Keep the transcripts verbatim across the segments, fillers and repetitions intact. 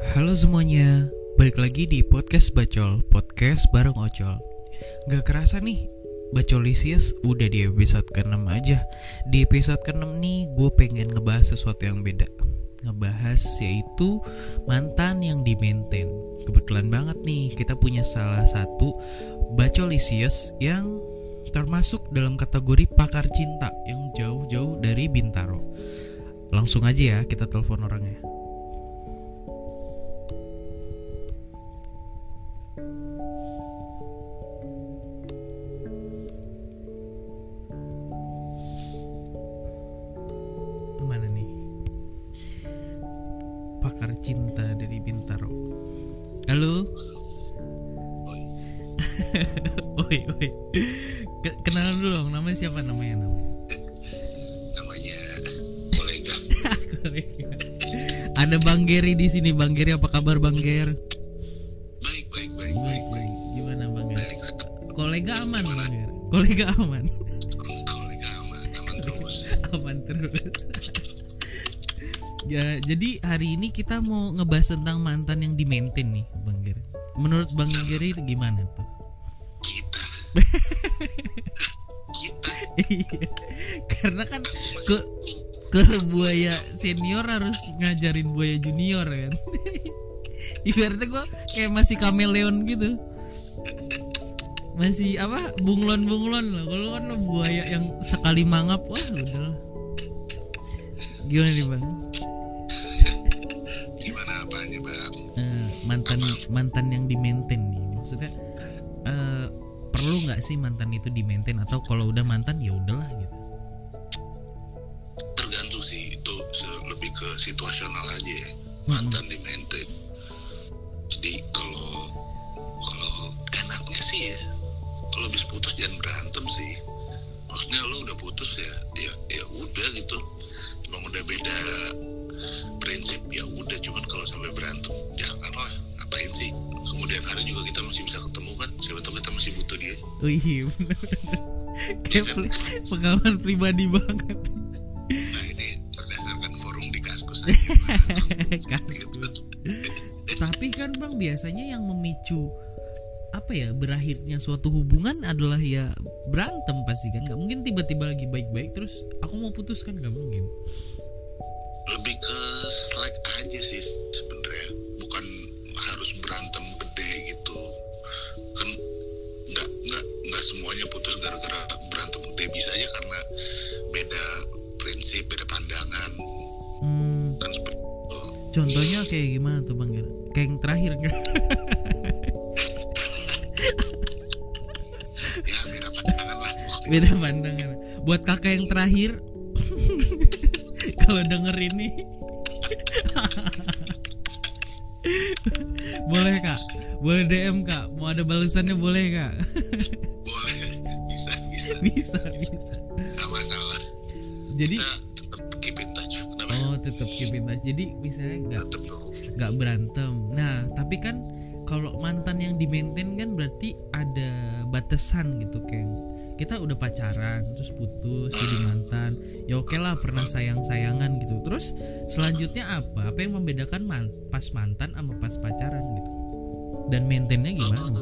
Halo semuanya, balik lagi di podcast Bacol, podcast bareng Ocol. Gak kerasa nih, Bacolisius udah di episode keenam aja. Di episode keenam nih, gue pengen ngebahas sesuatu yang beda. Ngebahas yaitu mantan yang di-maintain. Kebetulan banget nih, kita punya salah satu Bacolisius yang termasuk dalam kategori pakar cinta yang jauh-jauh dari Bintaro. Langsung aja ya, kita telepon orangnya. Mana nih? Pakar cinta dari Bintaro. Halo. Oi, oi. Ke- kenalan dulu dong, namanya siapa namanya namanya? Namanya kolega. Kolega. Ada Bang Geri di sini. Bang Geri, apa kabar Bang Ger? Baik, baik, baik, baik, baik. Gimana Bang Ger? Baik. Kolega aman Gimana? Bang Ger? Kolega aman. Kolega aman, aman terus. Aman terus. Ya, jadi hari ini kita mau ngebahas tentang mantan yang di-maintain nih Bang Ger. Menurut Bang Geri itu gimana tuh? Kita. Kita. Iya. Karena kan ke ke buaya senior harus ngajarin buaya junior kan. Ibaratnya gue kayak masih kameleon gitu. Masih apa? Bunglon-bunglon lah. Kalau kan lo buaya yang sekali mangap, wah udah. Gimana nih Bang? Gimana apanya, Bang? Uh, mantan mantan yang di-maintain nih. Maksudnya uh, perlu nggak sih mantan itu di-maintain, atau kalau udah mantan ya udahlah gitu? Tergantung sih, itu se- lebih ke situasional aja ya. Mantan di maintain. Jadi kalau kalau enaknya sih ya, kalau habis putus jangan berantem sih. Maksudnya lo udah putus ya, ya ya udah gitu. Emang udah beda prinsip ya udah, cuman kalau sampai berantem janganlah, ngapain sih. Kemudian hari juga kita masih bisa ketemu kan, siapa tahu kita masih butuh dia. Oh iya benar-benar. Kayak pli- pengalaman pribadi banget. Nah ini berdasarkan forum di Kaskus aja. Kaskus. Tapi kan Bang, biasanya yang memicu apa ya berakhirnya suatu hubungan adalah ya berantem pasti kan. Gak mungkin tiba-tiba lagi baik-baik terus aku mau putus, kan gak mungkin. Lebih ke slack aja sih sebenarnya, bukan harus berantem gede gitu kan. Nggak nggak nggak semuanya putus gara-gara berantem gede, bisa aja karena beda prinsip, beda pandangan. Hmm, Kan seperti itu. contohnya kayak gimana tuh Bang? Kayak yang terakhir kan? Ya beda pandangan lah. Beda pandangan. Buat kakak yang terakhir, kalau denger ini, boleh Kak, boleh D M Kak, mau ada balasannya boleh Kak? Boleh, bisa bisa. Bisa bisa. Nggak masalah. Jadi Kita tetap keep in touch. Kenapa? oh tetap keep in touch. Jadi misalnya nggak Tetap dong. nggak berantem. Nah tapi kan kalau mantan yang di-maintain kan berarti ada batasan gitu, kayak kita udah pacaran terus putus jadi mantan, ya oke lah pernah sayang-sayangan gitu. Terus selanjutnya apa? Apa yang membedakan man- pas mantan sama pas pacaran gitu? Dan maintainnya gimana?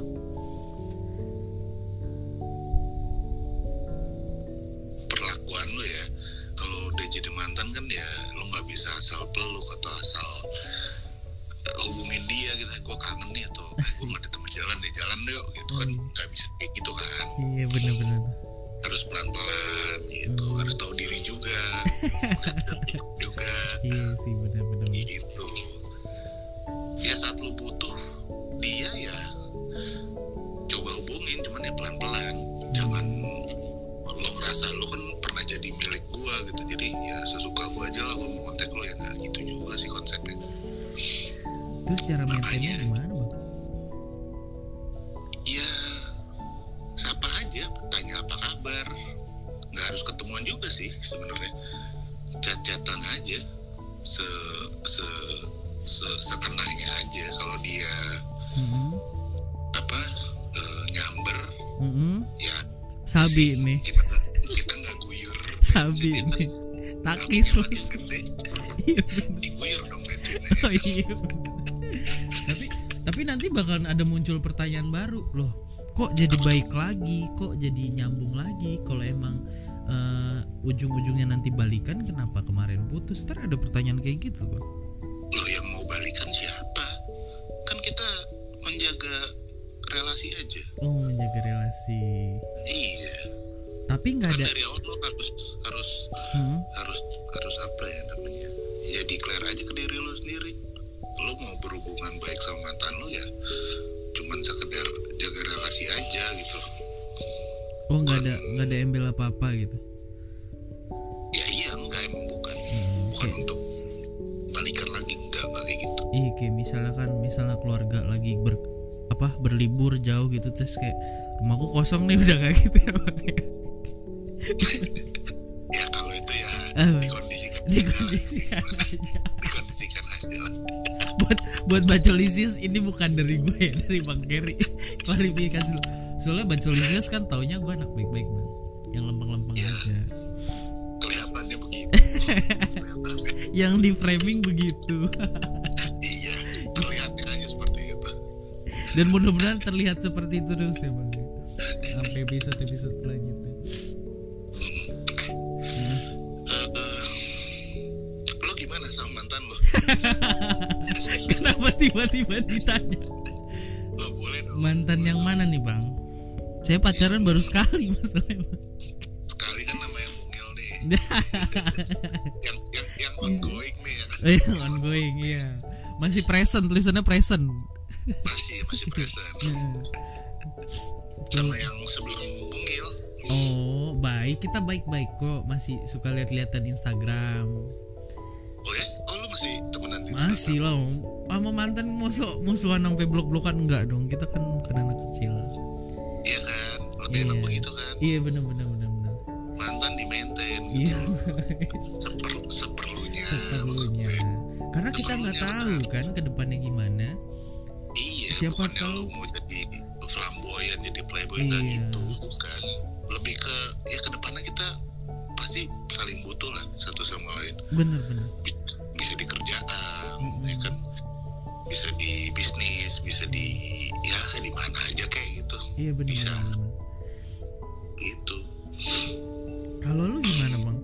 Perlakuan lu ya, kalau udah jadi mantan kan ya lu nggak bisa asal peluk atau asal uh, hubungin dia gitu, gue kangen nih, atau eh, gue nggak ada teman jalan deh, jalan deh yuk gitu kan. Hmm. Nggak bisa kayak gitu kan, Iya benar-benar. harus pelan-pelan gitu. Hmm. Harus tahu diri juga. juga Iya sih benar-benar. gitu ya. Saat lu butuh dia ya coba hubungin, cuman ya pelan-pelan. Jangan lo ngerasa lo kan pernah jadi milik gua gitu, jadi ya sesuka gua aja lah gua mau kontak lo, ya nggak gitu juga sih konsepnya. Terus cara maintainnya Makanya. gimana Bang? Ya sapa aja, tanya apa kabar. Nggak harus ketemuan juga sih sebenarnya, chat-chatan aja se se se sekenanya aja. Kalau dia Mm-hmm. apa eh, nyamber Mm-hmm. ya Sabi nih, kita nggak kita nggak guyur sabi bensin, nih, tapi takis dia loh. makin gede Iya bener. diguyur dong bensinnya. Oh iya bener. Tapi tapi nanti bakalan ada muncul pertanyaan baru loh. Kok jadi baik lagi? Kok jadi nyambung lagi? Kalau emang uh, ujung-ujungnya nanti balikan, kenapa kemarin putus? Ntar ada pertanyaan kayak gitu loh. Loh, yang mau balikan siapa? Kan kita menjaga relasi aja. Oh, menjaga relasi. Iya. Tapi nggak Kan ada. dari awal lo harus harus Hmm? harus harus apa ya namanya? Ya declare aja ke diri lo sendiri. Lo mau berhubungan baik sama mantan lo ya, cuman sekedar jaga relasi aja gitu. Oh, nggak ada nggak ada embel apa-apa gitu. Ya iya, enggak, emang bukan Hmm, bukan kayak- untuk balikan lagi, enggak enggak kayak gitu. Iya, kayak misalnya kan misalnya keluarga lagi ber apa berlibur jauh gitu, terus kayak rumahku kosong nih, udah kayak gitu ya Bang. Ya kalau itu ya Apa? dikondisikan Dikondisikan aja aja. lah. Dikondisikan aja lah. buat buat Bacolisius ini bukan dari gue ya, dari Bang Gary. Klarifikasi dulu. Soalnya Bacolisius kan taunya gue anak baik-baik Bang, yang lempeng-lempeng Ya. aja. Kelihatannya begitu. Kelihatannya. Yang di framing begitu. Iya, terlihatnya aja seperti itu. Dan mudah-mudahan terlihat seperti itu terus ya Bang, sampai episode-episode selanjutnya. Nah, Eh, lo gimana sama mantan lo? kenapa tiba-tiba ditanya Lo boleh dong. mantan yang mana nih Bang? Saya pacaran baru sekali masalahnya Bang. Sekali kan namanya mungil nih. yang yang yang ongoing nih ya. Oh iya, ongoing, iya. Masih present, tulisannya present. Masih masih present. Sama yang sebelum mungil. Oh, baik, kita baik-baik kok. Masih suka lihat-lihatan Instagram. Oh ya? Oh lu masih temenan di Masih lah. Sama mantan musuh musuhan sampai blok-blokan enggak dong. Kita kan bukan anak kecil. Iya kan? Lebih enak begitu kan? Iya, benar benar benar benar. Mantan di maintain. Iya. Seper, seperlunya. Seperlunya. Karena kita nggak tahu kan ke depannya gimana. Iya. Siapa Bukannya tahu. lu mau jadi flamboyan, jadi playboy, Iya. nggak gitu. Bukan. Lebih ke ya ke depannya kita pasti saling butuh lah satu sama lain. Benar benar. Bisa di kerjaan, Mm-mm. ya kan? Bisa di bisnis, bisa di ya di mana aja kayak gitu. Iya benar Bisa. benar. benar. Gitu. Kalau lu gimana Bang?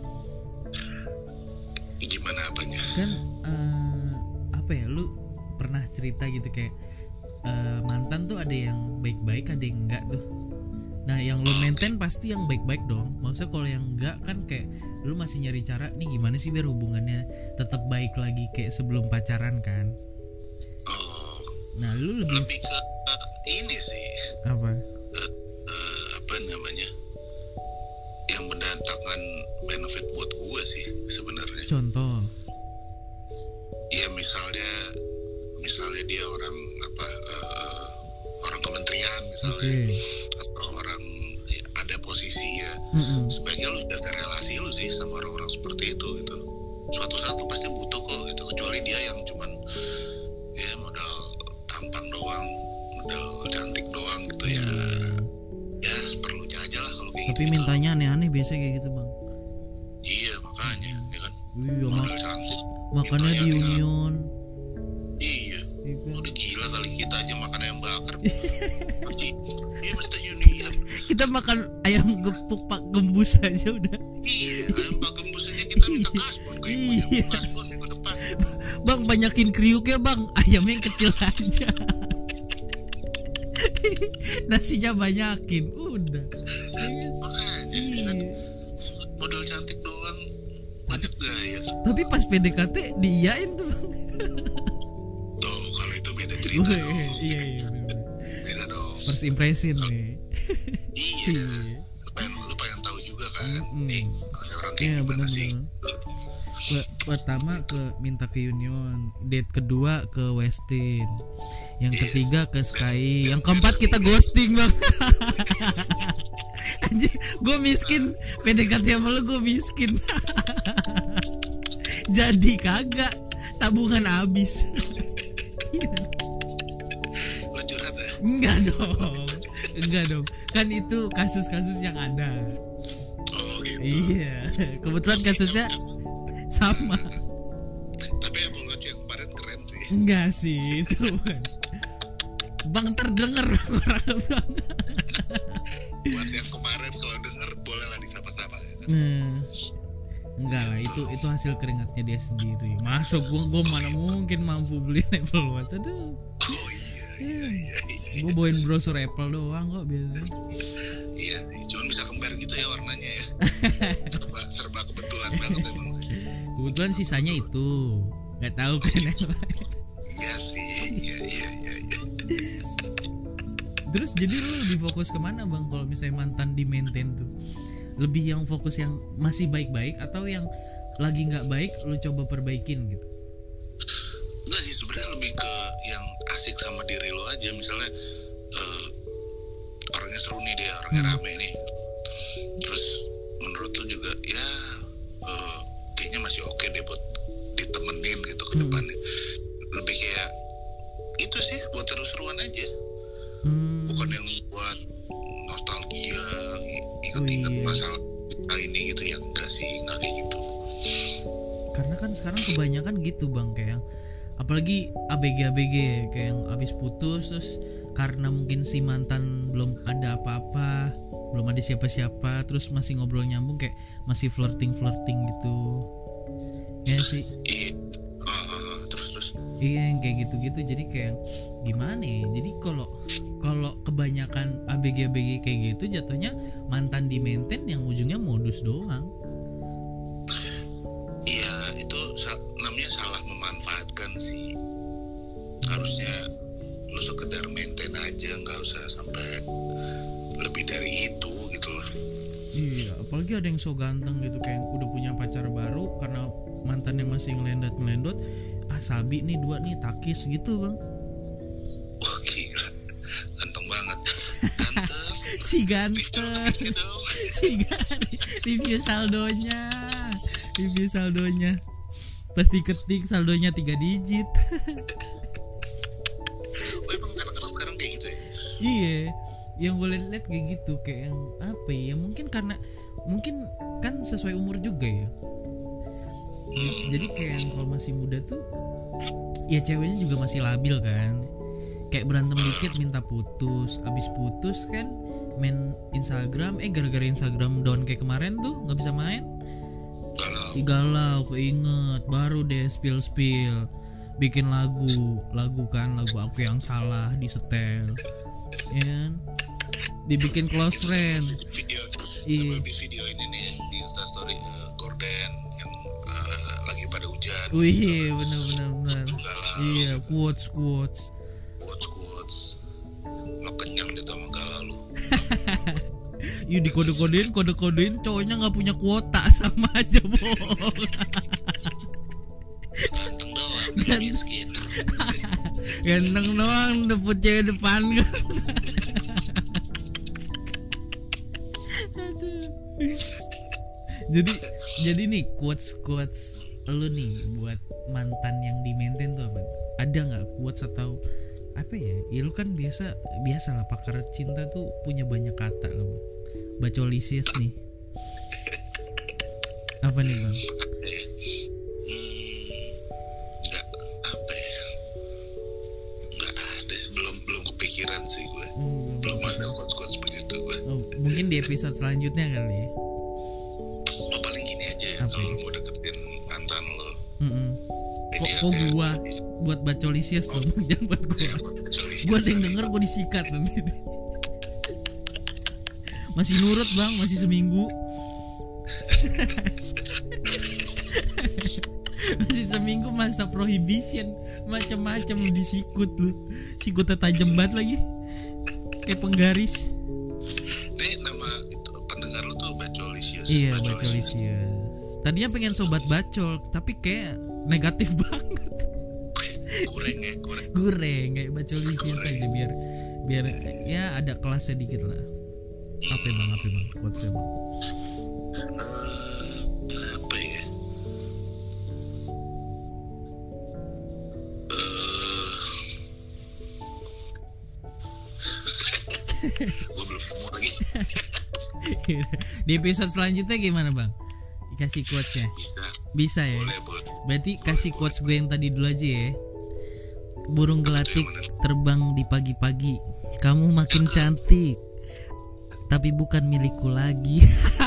Gimana apanya? Kan eh, apa ya, lu pernah cerita gitu kayak eh, mantan tuh ada yang baik-baik, ada yang enggak tuh. Nah yang lu maintain pasti yang baik-baik dong. Maksudnya kalau yang enggak kan kayak lu masih nyari cara nih gimana sih biar hubungannya tetap baik lagi kayak sebelum pacaran kan. Oh, Nah lu lebih lebih ke uh, ini sih. apa? Uh, uh, apa namanya? Yang mendatangkan benefit buat gue sih sebenarnya. Contoh. Ya misalnya, misalnya dia orang apa? Uh, orang kementerian misalnya. Oke. Atau orang ya, ada posisi ya. Mm-mm. Sebaiknya lu jaga relasi lu sih sama orang-orang seperti itu gitu. Suatu saat lu pasti butuh kok gitu. Kecuali dia yang cuman ya modal tampang doang, modal cantik doang gitu ya. Ya seperlunya aja lah kalau kayak Tapi gitu. mintanya aneh-aneh biasa kayak gitu Bang. Iya makanya, ya kan. Iya mak Modal cantik. makannya mintanya di dengan- Union. Iya. Iya kan? Udah gila kali kita aja makan ayam bakar. Masih, iya masih tak Union. Kita makan ayam gepuk pak gembus aja udah. Iya, ayam pak gembus aja kita minta kasbon ke ibu. Iya. Kasbon minggu depan. Bang banyakin kriuknya Bang, ayamnya yang kecil aja. Nasinya banyakin, udah. Makanya, ya Iya. kan? Modal cantik doang banyak gaya. Tapi pas P D K T diiyain tuh Bang. Tuh kalau itu beda cerita Wih, dong. iya iya bener. Beda dong. First impression nih. Iya. Iya. Lu pengen, lu pengen tahu juga kan. Mm-mm. Nih ada orang kayak Iya gimana benar sih? Pe- Pertama ke minta ke Union, date kedua ke Westin, yang Iya. ketiga ke Sky, yang keempat kita ghosting Bang. Anjir, gue miskin, P D K T sama lu gue miskin. Jadi kagak, tabungan habis. Lu curhat ya? Enggak dong, enggak dong, kan itu kasus-kasus yang ada. Oh gitu. Iya, kebetulan kasusnya sama. Tapi emang lucu yang kemarin keren sih. Enggak sih, itu bukan. Bang terdengar orang Bang. Buat yang kemarin kalau denger boleh lah disapa-sapa ya. Nah, enggak lah, itu itu hasil keringatnya dia sendiri. Masuk gua gua mana mungkin mampu beli Apple Watch. Aduh. Oh iya iya iya. iya. Gua bawain brosur Apple doang kok biasanya. Iya sih, cuman bisa kembar gitu ya warnanya ya. serba, serba kebetulan banget emang sih. Kebetulan sisanya itu nggak tahu kan yang lain. Iya sih, iya iya iya. iya. Terus jadi lu lebih fokus kemana bang kalau misalnya mantan di maintain tuh? Lebih yang fokus yang masih baik-baik atau yang lagi nggak baik lu coba perbaikin gitu? Enggak sih, sebenarnya lebih ke yang asik sama diri lo aja. Misalnya uh, orangnya seru nih dia, orangnya Hmm. rame nih. Terus menurut lo juga ya uh, kayaknya masih oke deh buat ditemenin gitu ke Hmm. depannya. Lebih kayak itu sih buat seru-seruan aja. Hmm. Bukan yang buat nostalgia, ingat-ingat Oh, iya. masalah kita ini gitu ya. Enggak sih, enggak kayak gitu. Karena kan sekarang kebanyakan gitu bang, kayak yang apalagi A B G A B G kayak yang abis putus terus karena mungkin si mantan belum ada apa-apa, belum ada siapa-siapa, terus masih ngobrol nyambung kayak masih flirting-flirting gitu. Ya sih. Iya. Uh, terus terus. Iya yang kayak gitu-gitu, jadi kayak gimana ya? Jadi kalau kalau kebanyakan A B G A B G kayak gitu jatuhnya mantan di maintain yang ujungnya modus doang. Iya, itu sa- namanya salah memanfaatkan sih. Harusnya lu sekedar maintain aja, nggak usah sampai lebih dari itu gitu loh. Iya, apalagi ada yang so ganteng gitu kayak udah punya pacar baru karena mantannya masih ngelendot-ngelendot. Ah sabi nih dua nih takis gitu bang. Wah gila, ganteng banget. Ganteng. Si ganteng. Review dong. Si ganteng. Review saldonya. Review saldonya. Pas diketik saldonya tiga digit. Oh emang anak-anak sekarang kayak gitu ya? Iya, yang boleh lihat kayak gitu kayak yang apa ya? Mungkin karena mungkin kan sesuai umur juga ya. Ya, jadi kayak yang kalau masih muda tuh ya ceweknya juga masih labil kan. Kayak berantem dikit minta putus, abis putus kan main Instagram, eh gara-gara Instagram down kayak kemarin tuh nggak bisa main. Galau. Ih, galau, keinget, baru deh spill spill, bikin lagu, lagu kan lagu aku yang salah disetel, ya kan? Dibikin close friend. Video Iya. sama habis video ini nih di Instastory uh, Gordon yang uh, lagi pada hujan. Wih, benar-benar benar. Galau. Iya, quotes quotes. Quotes quotes. Lo kenyang deh sama galau lu. Yuk dikode-kodein, kode-kodein cowoknya nggak punya kuota sama aja bohong. Ganteng doang, Gan- miskin. Ganteng doang dapet cewek depan kan. Aduh. Jadi jadi nih quotes quotes lu nih buat mantan yang di maintain tuh apa? Ada nggak quotes atau apa ya? Ya lu kan biasa biasa lah pakar cinta tuh punya banyak kata loh. Bacolisius nih. Apa nih bang? Hmm, nggak apa ya? Nggak ada, belum belum kepikiran sih gue. Hmm, Belum ada quotes-quotes begitu gue. oh, mungkin di episode selanjutnya kali ya. Oh, paling gini aja ya, Apa? kalau lo mau deketin mantan lo. Mm-mm. Kok, Ini kok ada- gua buat bacolisius dong, jangan buat gua. Ya, sorry, Gua ada yang sorry. denger gua disikat nanti. Masih nurut bang, masih seminggu. Masih seminggu masa prohibition, macam-macam disikut lu. Sikutnya tajam banget lagi, kayak penggaris. Ini nama itu pendengar lo tuh Bacolisius. Iya bacolisius. Tadinya pengen sobat bacol, tapi kayak negatif banget. Kurang ya, kurang. Goreng kayak bacolisius aja biar biar ya ada kelasnya dikit lah. Apa ya, bang? Apa ya, bang? Quotesnya bang? Eh, apa ya? Eh, gue belum nemu lagi. Di episode selanjutnya gimana bang? Kasih quotesnya. Bisa, Bisa ya. boleh boleh. Berarti kasih quotes gue yang tadi dulu aja ya. burung gelatik terbang di pagi-pagi. Kamu makin cantik, tapi bukan milikku lagi.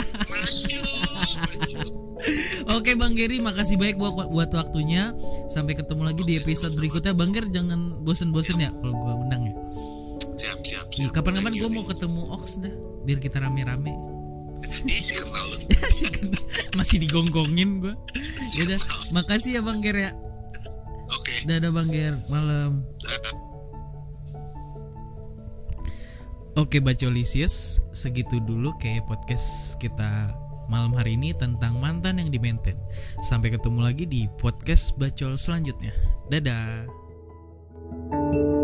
Oke Bang Gary, makasih banyak buat, buat waktunya. Sampai ketemu lagi di episode berikutnya. Bang Ger, jangan bosen-bosen ya kalau gue undang ya. Siap, siap, siap. Kapan-kapan gue mau ketemu Ox dah, biar kita rame-rame. Ih, si kenal lu. Masih digonggongin gue. Yaudah, makasih ya Bang Ger ya. Oke. Dadah Bang Ger, malam. Oke Bacolisius, segitu dulu kayak podcast kita malam hari ini tentang mantan yang di-maintain. Sampai ketemu lagi di podcast Bacol selanjutnya. Dadah.